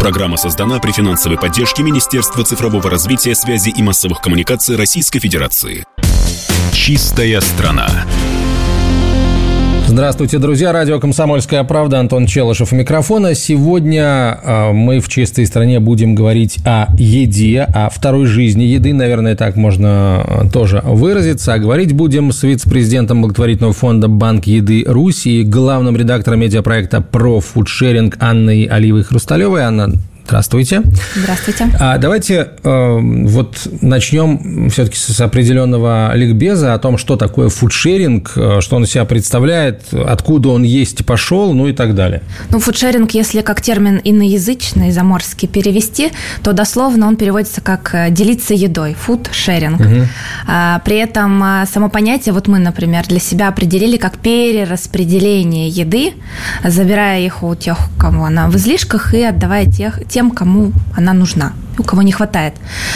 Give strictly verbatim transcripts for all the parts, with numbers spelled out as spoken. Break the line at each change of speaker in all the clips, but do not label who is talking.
Программа создана при финансовой поддержке Министерства цифрового развития, связи и массовых коммуникаций Российской Федерации. Чистая страна.
Здравствуйте, друзья. Радио «Комсомольская правда». Антон Челышев у микрофона. Сегодня э, мы в «Чистой стране» будем говорить о еде, о второй жизни еды. Наверное, так можно тоже выразиться. А говорить будем с вице-президентом благотворительного фонда «Банк еды Русь» и главным редактором медиапроекта «Про фудшеринг» Анной Алиевой-Хрусталевой. Анна, здравствуйте.
Здравствуйте.
А давайте э, вот начнем все-таки с определенного ликбеза о том, что такое фудшеринг, что он из себя представляет, откуда он есть и пошел, ну и так далее.
Ну, фудшеринг, если как термин иноязычный, заморский перевести, то дословно он переводится как «делиться едой», фудшеринг. Угу. А, при этом само понятие, вот мы, например, для себя определили как перераспределение еды, забирая их у тех, кому она в излишках, и отдавая тех, тем, кому она нужна, у кого не хватает.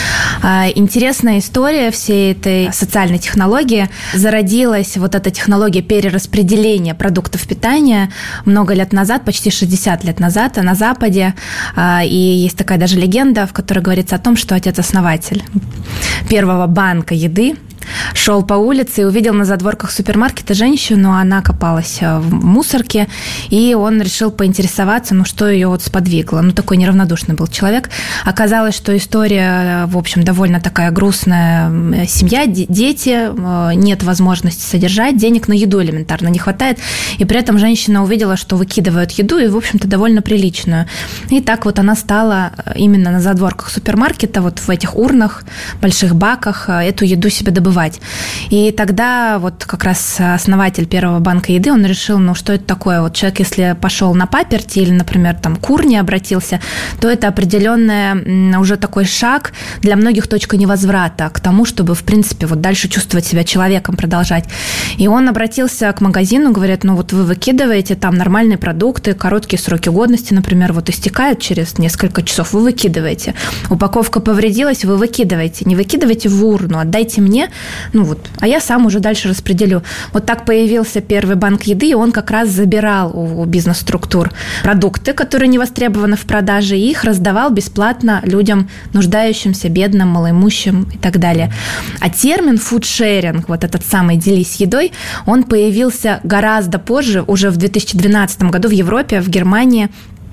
Интересная история всей этой социальной технологии. Зародилась вот эта технология перераспределения продуктов питания много лет назад, почти шестьдесят лет назад, на Западе. И есть такая даже легенда, в которой говорится о том, что отец-основатель первого банка еды шел по улице и увидел на задворках супермаркета женщину, она копалась в мусорке, и он решил поинтересоваться, ну, что ее вот сподвигло. Ну, такой неравнодушный был человек. Оказалось, что история, в общем, довольно такая грустная. Семья, дети, нет возможности содержать, денег на еду элементарно не хватает, и при этом женщина увидела, что выкидывают еду, и, в общем-то, довольно приличную. И так вот она стала именно на задворках супермаркета, вот в этих урнах, больших баках, эту еду себе добывать. И тогда вот как раз основатель первого банка еды, он решил, ну, что это такое? Вот человек, если пошел на паперти или, например, там, к урне обратился, то это определенный уже такой шаг для многих точка невозврата к тому, чтобы, в принципе, вот дальше чувствовать себя человеком, продолжать. И он обратился к магазину, говорит, ну, вот вы выкидываете там нормальные продукты, короткие сроки годности, например, вот истекают через несколько часов, вы выкидываете. Упаковка повредилась, вы выкидываете. Не выкидывайте в урну, отдайте мне, ну вот, а я сам уже дальше распределю. Вот так появился первый банк еды, и он как раз забирал у бизнес-структур продукты, которые не востребованы в продаже, и их раздавал бесплатно людям, нуждающимся, бедным, малоимущим и так далее. А термин фудшеринг, вот этот самый «делись едой», он появился гораздо позже, уже в две тысячи двенадцатом году в Европе, в Германии.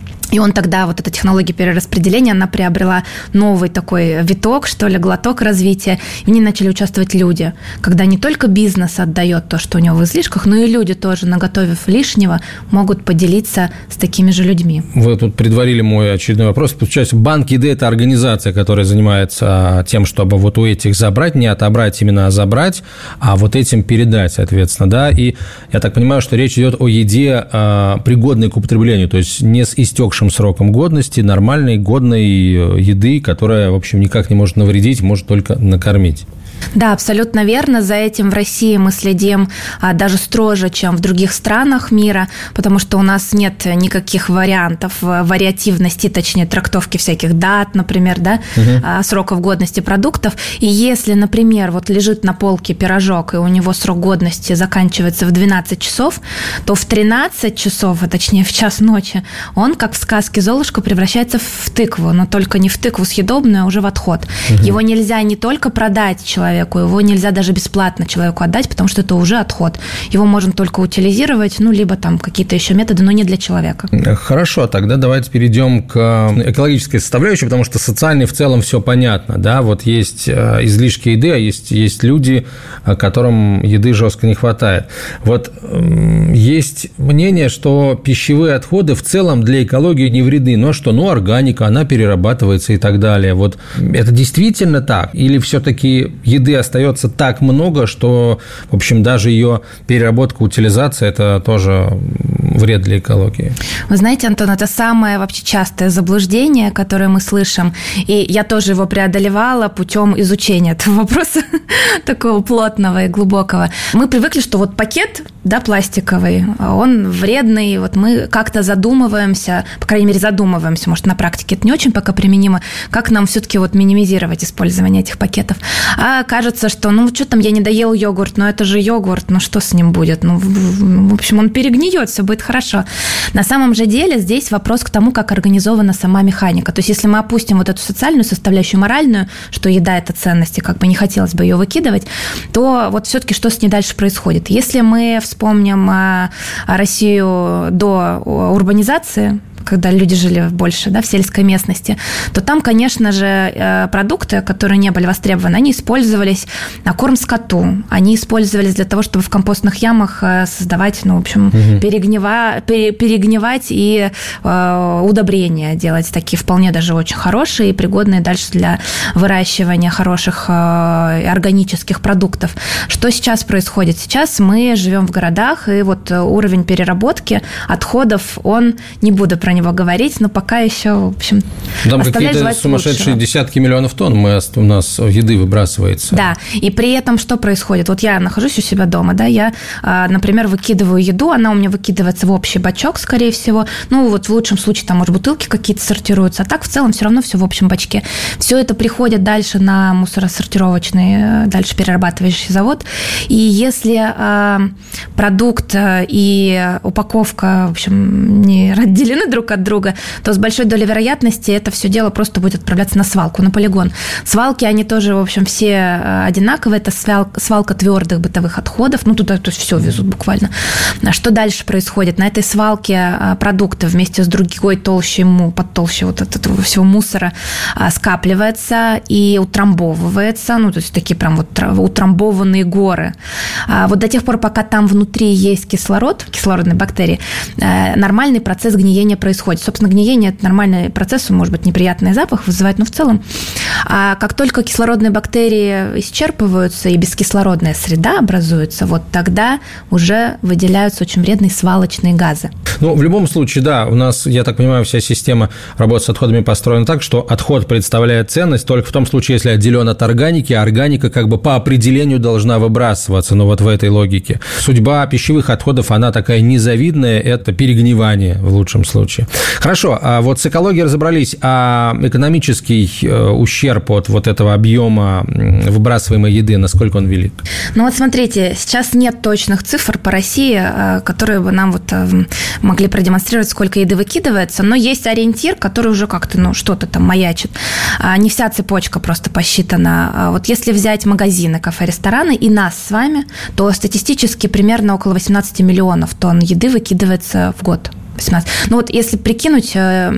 И он тогда, вот эта технология перераспределения, она приобрела новый такой виток, что ли, глоток развития. И в ней начали участвовать люди. Когда не только бизнес отдает то, что у него в излишках, но и люди тоже, наготовив лишнего, могут поделиться с такими же людьми.
Вы тут предварили мой очередной вопрос. Получается, банк еды – это организация, которая занимается тем, чтобы вот у этих забрать, не отобрать именно, а забрать, а вот этим передать, соответственно, да. И я так понимаю, что речь идет о еде, пригодной к употреблению, то есть не с истекшим сроком годности, нормальной, годной еды, которая, в общем, никак не может навредить, может только накормить.
Да, абсолютно верно. За этим в России мы следим а, даже строже, чем в других странах мира, потому что у нас нет никаких вариантов, вариативности, точнее, трактовки всяких дат, например, да, угу. а, сроков годности продуктов. И если, например, вот лежит на полке пирожок, и у него срок годности заканчивается в двенадцать часов, то в тринадцать часов, а точнее в час ночи, он, как в сказке «Золушка», превращается в тыкву, но только не в тыкву съедобную, а уже в отход. Угу. Его нельзя не только продать человеку, его нельзя даже бесплатно человеку отдать, потому что это уже отход. Его можно только утилизировать, ну, либо там какие-то еще методы, но не для человека.
Хорошо, тогда давайте перейдем к экологической составляющей, потому что социальной в целом все понятно, да, вот есть излишки еды, а есть, есть люди, которым еды жестко не хватает. Вот есть мнение, что пищевые отходы в целом для экологии не вредны, но что, ну, органика, она перерабатывается и так далее. Вот это действительно так? Или все-таки еды остается так много, что, в общем, даже ее переработка, утилизация – это тоже вред для экологии?
Вы знаете, Антон, это самое вообще частое заблуждение, которое мы слышим, и я тоже его преодолевала путем изучения этого вопроса, такого плотного и глубокого. Мы привыкли, что вот пакет, да, пластиковый, он вредный, вот мы как-то задумываемся, по крайней мере, задумываемся, может, на практике это не очень пока применимо, как нам все-таки вот минимизировать использование этих пакетов. А кажется, что, ну, что там, я не доел йогурт, но это же йогурт, ну, что с ним будет? Ну, в общем, он перегниет, все будет хорошо. На самом же деле здесь вопрос к тому, как организована сама механика. То есть, если мы опустим вот эту социальную составляющую, моральную, что еда – это ценность, и как бы не хотелось бы ее выкидывать, то вот все-таки что с ней дальше происходит? Если мы вспомним Россию до урбанизации, когда люди жили больше, да, в сельской местности, то там, конечно же, продукты, которые не были востребованы, они использовались на корм скоту, они использовались для того, чтобы в компостных ямах создавать, ну, в общем, угу. перегнива, перегнивать и э, удобрения делать, такие вполне даже очень хорошие и пригодные дальше для выращивания хороших э, органических продуктов. Что сейчас происходит? Сейчас мы живем в городах, и вот уровень переработки отходов, он, не буду про него говорить, но пока еще, в общем,
там какие-то сумасшедшие лучшего. Десятки миллионов тонн мы, у нас еды выбрасывается.
Да, и при этом что происходит? Вот я нахожусь у себя дома, да, я, например, выкидываю еду, она у меня выкидывается в общий бачок, скорее всего, ну, вот в лучшем случае там, может, бутылки какие-то сортируются, а так в целом все равно все в общем бачке. Все это приходит дальше на мусоросортировочный, дальше перерабатывающий завод, и если продукт и упаковка, в общем, не разделены друг от друга, то с большой долей вероятности это все дело просто будет отправляться на свалку, на полигон. Свалки, они тоже, в общем, все одинаковые. Это свалка твердых бытовых отходов. Ну, туда то есть все везут буквально. Что дальше происходит? На этой свалке продукты вместе с другой толщей, под толщей вот этого всего мусора скапливается и утрамбовывается. Ну, то есть такие прям вот утрамбованные горы. Вот до тех пор, пока там внутри есть кислород, кислородные бактерии, нормальный процесс гниения происходит. Собственно, гниение – это нормальный процесс, может быть, неприятный запах вызывает, но в целом, а как только кислородные бактерии исчерпываются и бескислородная среда образуется, вот тогда уже выделяются очень вредные свалочные газы.
Ну, в любом случае, да, у нас, я так понимаю, вся система работы с отходами построена так, что отход представляет ценность только в том случае, если отделен от органики, а органика как бы по определению должна выбрасываться, ну, вот в этой логике. Судьба пищевых отходов, она такая незавидная, это перегнивание в лучшем случае. Хорошо, а вот с экологией разобрались, а экономический ущерб от вот этого объема выбрасываемой еды, насколько он велик?
Ну вот смотрите, сейчас нет точных цифр по России, которые бы нам вот могли продемонстрировать, сколько еды выкидывается, но есть ориентир, который уже как-то, ну, что-то там маячит. Не вся цепочка просто посчитана. Вот если взять магазины, кафе, рестораны и нас с вами, то статистически примерно около восемнадцать миллионов тонн еды выкидывается в год. восемнадцать. Ну вот если прикинуть,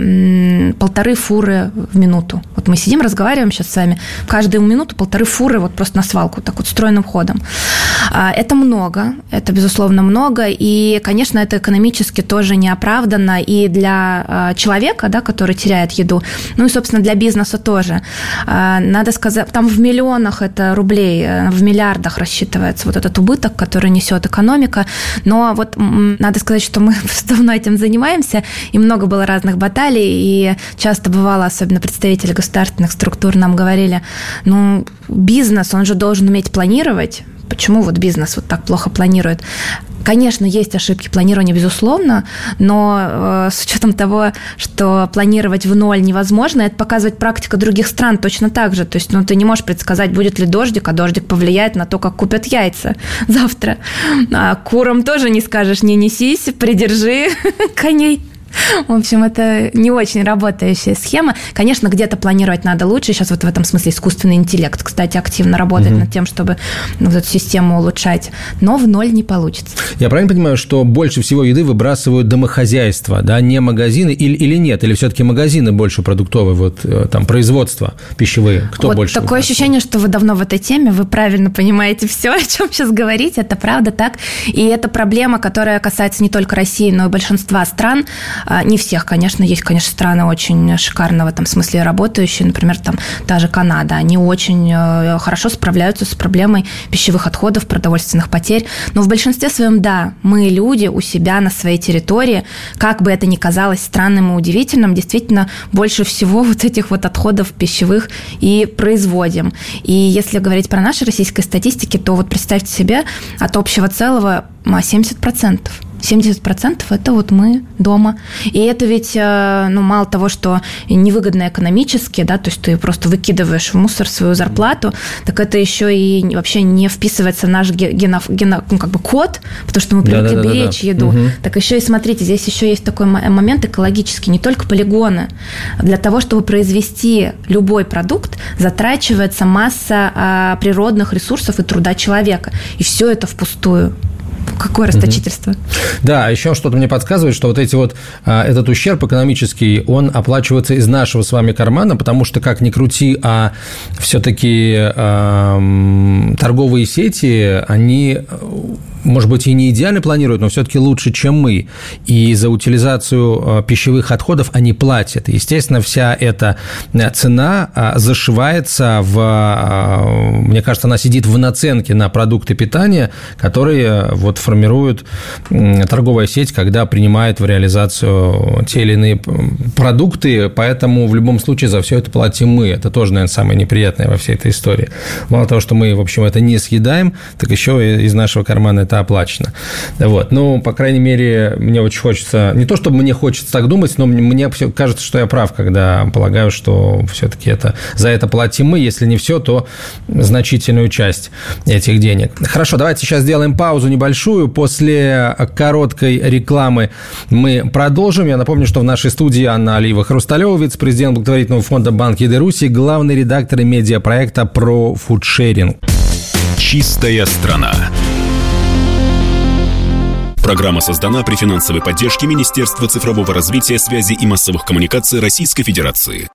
полторы фуры в минуту. Вот мы сидим, разговариваем сейчас с вами, каждую минуту полторы фуры вот просто на свалку, так вот стройным ходом. Это много, это, безусловно, много, и, конечно, это экономически тоже неоправданно и для человека, да, который теряет еду, ну и, собственно, для бизнеса тоже. Надо сказать, там в миллионах это рублей, в миллиардах рассчитывается вот этот убыток, который несет экономика, но вот надо сказать, что мы давно этим занимаемся, и много было разных баталий, и часто бывало, особенно представители государственных структур нам говорили, ну, бизнес, он же должен уметь планировать. Почему вот бизнес вот так плохо планирует? Конечно, есть ошибки планирования, безусловно, но э, с учетом того, что планировать в ноль невозможно, это показывает практика других стран точно так же. То есть, ну, ты не можешь предсказать, будет ли дождик, а дождик повлияет на то, как купят яйца завтра. А курам тоже не скажешь, не несись, придержи коней. В общем, это не очень работающая схема. Конечно, где-то планировать надо лучше. Сейчас вот в этом смысле искусственный интеллект, кстати, активно работает угу. над тем, чтобы вот эту систему улучшать. Но в ноль не получится. Я
правильно понимаю, что больше всего еды выбрасывают домохозяйства, да, не магазины или, или нет? Или все-таки магазины больше продуктовые, вот там производства пищевые? Кто
вот
больше
такое ощущение, что вы давно в этой теме, вы правильно понимаете все, о чем сейчас говорите. Это правда так. И это проблема, которая касается не только России, но и большинства стран. Не всех, конечно, есть, конечно, страны очень шикарно в этом смысле работающие, например, там та же Канада, они очень хорошо справляются с проблемой пищевых отходов, продовольственных потерь, но в большинстве своем, да, мы люди у себя на своей территории, как бы это ни казалось странным и удивительным, действительно больше всего вот этих вот отходов пищевых и производим. И если говорить про наши российские статистики, то вот представьте себе, от общего целого семьдесят процентов. семьдесят процентов это вот мы дома. И это ведь, ну, мало того, что невыгодно экономически, да, то есть ты просто выкидываешь в мусор свою зарплату, так это еще и вообще не вписывается в наш генов, гено, ну, как бы код, потому что мы привыкли да, да, беречь да, да. еду. Угу. Так еще и смотрите, здесь еще есть такой момент экологический, не только полигоны. Для того, чтобы произвести любой продукт, затрачивается масса а, природных ресурсов и труда человека. И все это впустую. Какое расточительство.
Да, еще что-то мне подсказывает, что вот эти вот, этот ущерб экономический, он оплачивается из нашего с вами кармана, потому что, как ни крути, а все-таки э, торговые сети, они, может быть, и не идеально планируют, но все-таки лучше, чем мы. И за утилизацию пищевых отходов они платят. Естественно, вся эта цена зашивается в, мне кажется, она сидит в наценке на продукты питания, которые вот формирует торговая сеть, когда принимает в реализацию те или иные продукты, поэтому в любом случае за все это платим мы. Это тоже, наверное, самое неприятное во всей этой истории. Мало того, что мы, в общем, это не съедаем, так еще из нашего кармана это оплачено. Вот. Ну, по крайней мере, мне очень хочется, не то, чтобы мне хочется так думать, но мне кажется, что я прав, когда полагаю, что все-таки это, за это платим мы, если не все, то значительную часть этих денег. Хорошо, давайте сейчас сделаем паузу небольшую. После короткой рекламы мы продолжим. Я напомню, что в нашей студии Анна Алиева-Хрусталева, вице-президент благотворительного фонда Банк Еды Руси, главный редактор и медиапроекта про фудшеринг.
Чистая страна. Программа создана при финансовой поддержке Министерства цифрового развития, связи и массовых коммуникаций Российской Федерации.